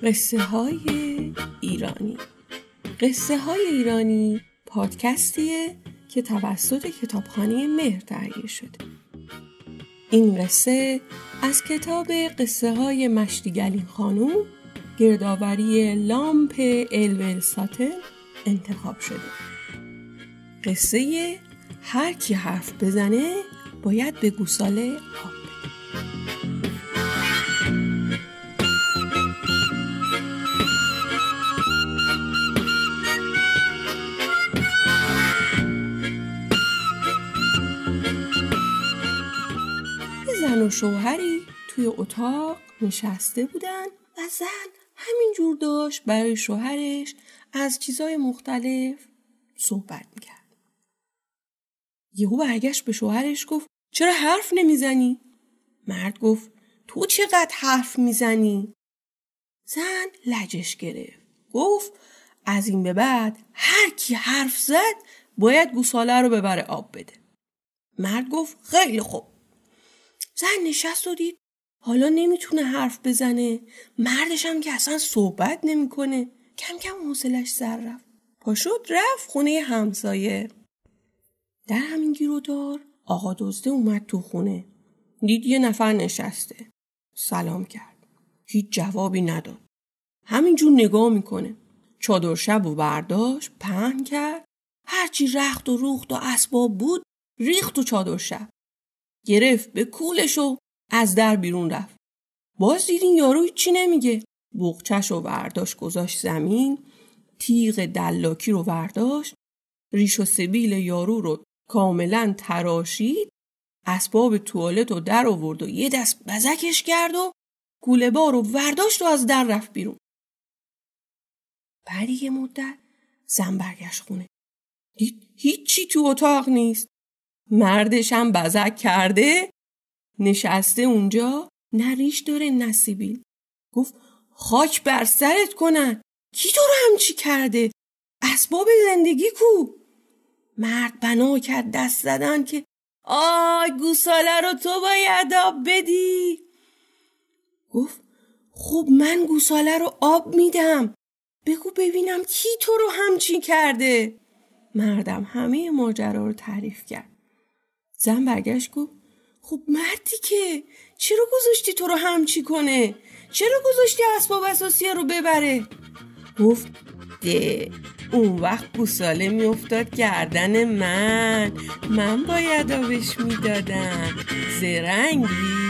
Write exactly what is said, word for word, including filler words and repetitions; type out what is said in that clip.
قصه های ایرانی. قصه های ایرانی پادکستیه که توسط کتابخانه مهر تهیه شده. این قصه از کتاب قصه های مشتیگلین خانوم گردآوری لامپ الول ساتل انتخاب شده. قصه هر کی حرف بزنه باید به گوساله آب بده. زن و شوهری توی اتاق نشسته بودن و زن همینجور داشت برای شوهرش از چیزای مختلف صحبت میکرد. یهو برگشت به شوهرش گفت چرا حرف نمیزنی؟ مرد گفت تو چقدر حرف میزنی؟ زن لجش گرفت. گفت از این به بعد هر کی حرف زد باید گوساله رو ببره آب بده. مرد گفت خیلی خوب. زن نشست و دید حالا نمیتونه حرف بزنه، مردش هم که اصلا صحبت نمیکنه. کم کم حوصله‌اش سر رفت. پاشد رفت خونه همسایه. در همین گیر و دار آقا دزده اومد تو خونه. دید یه نفر نشسته. سلام کرد. هیچ جوابی نداد. همینجور نگاه میکنه. چادر شب و برداشت پهن کرد. هرچی رخت و روخت و اسباب بود ریخت و چادر شب. گرفت به کولش و از در بیرون رفت. باز دیدین یارو چی نمیگه. بغچش رو برداشت گذاشت زمین. تیغ دلاکی رو برداشت. ریش و سبیل یارو رو کاملا تراشید. اسباب توالت رو در آورد و یه دست بزکش کرد و کوله بار رو برداشت و از در رفت بیرون. بعد یه مدت زن برگشت خونه. دید هیچی تو اتاق نیست. مردش هم بزک کرده نشسته اونجا، نه ریش داره نه سیبیل. گفت خاک بر سرت کنن، کی تو رو همچی کرده؟ اسباب زندگی کو؟ مرد بنا کرد دست زدن که آی گوساله رو تو باید آب بدی. گفت خب من گوساله رو آب میدم، بگو ببینم کی تو رو همچی کرده؟ مردم همه ماجرا رو تعریف کرد. زن برگشت گفت خب مردی که چرا گذاشتی تو رو همچی کنه؟ چرا گذاشتی اسباب اساسی رو ببره؟ گفت ده اون وقت گوساله میافتاد گردن من، من باید آبش میدادم. زرنگی؟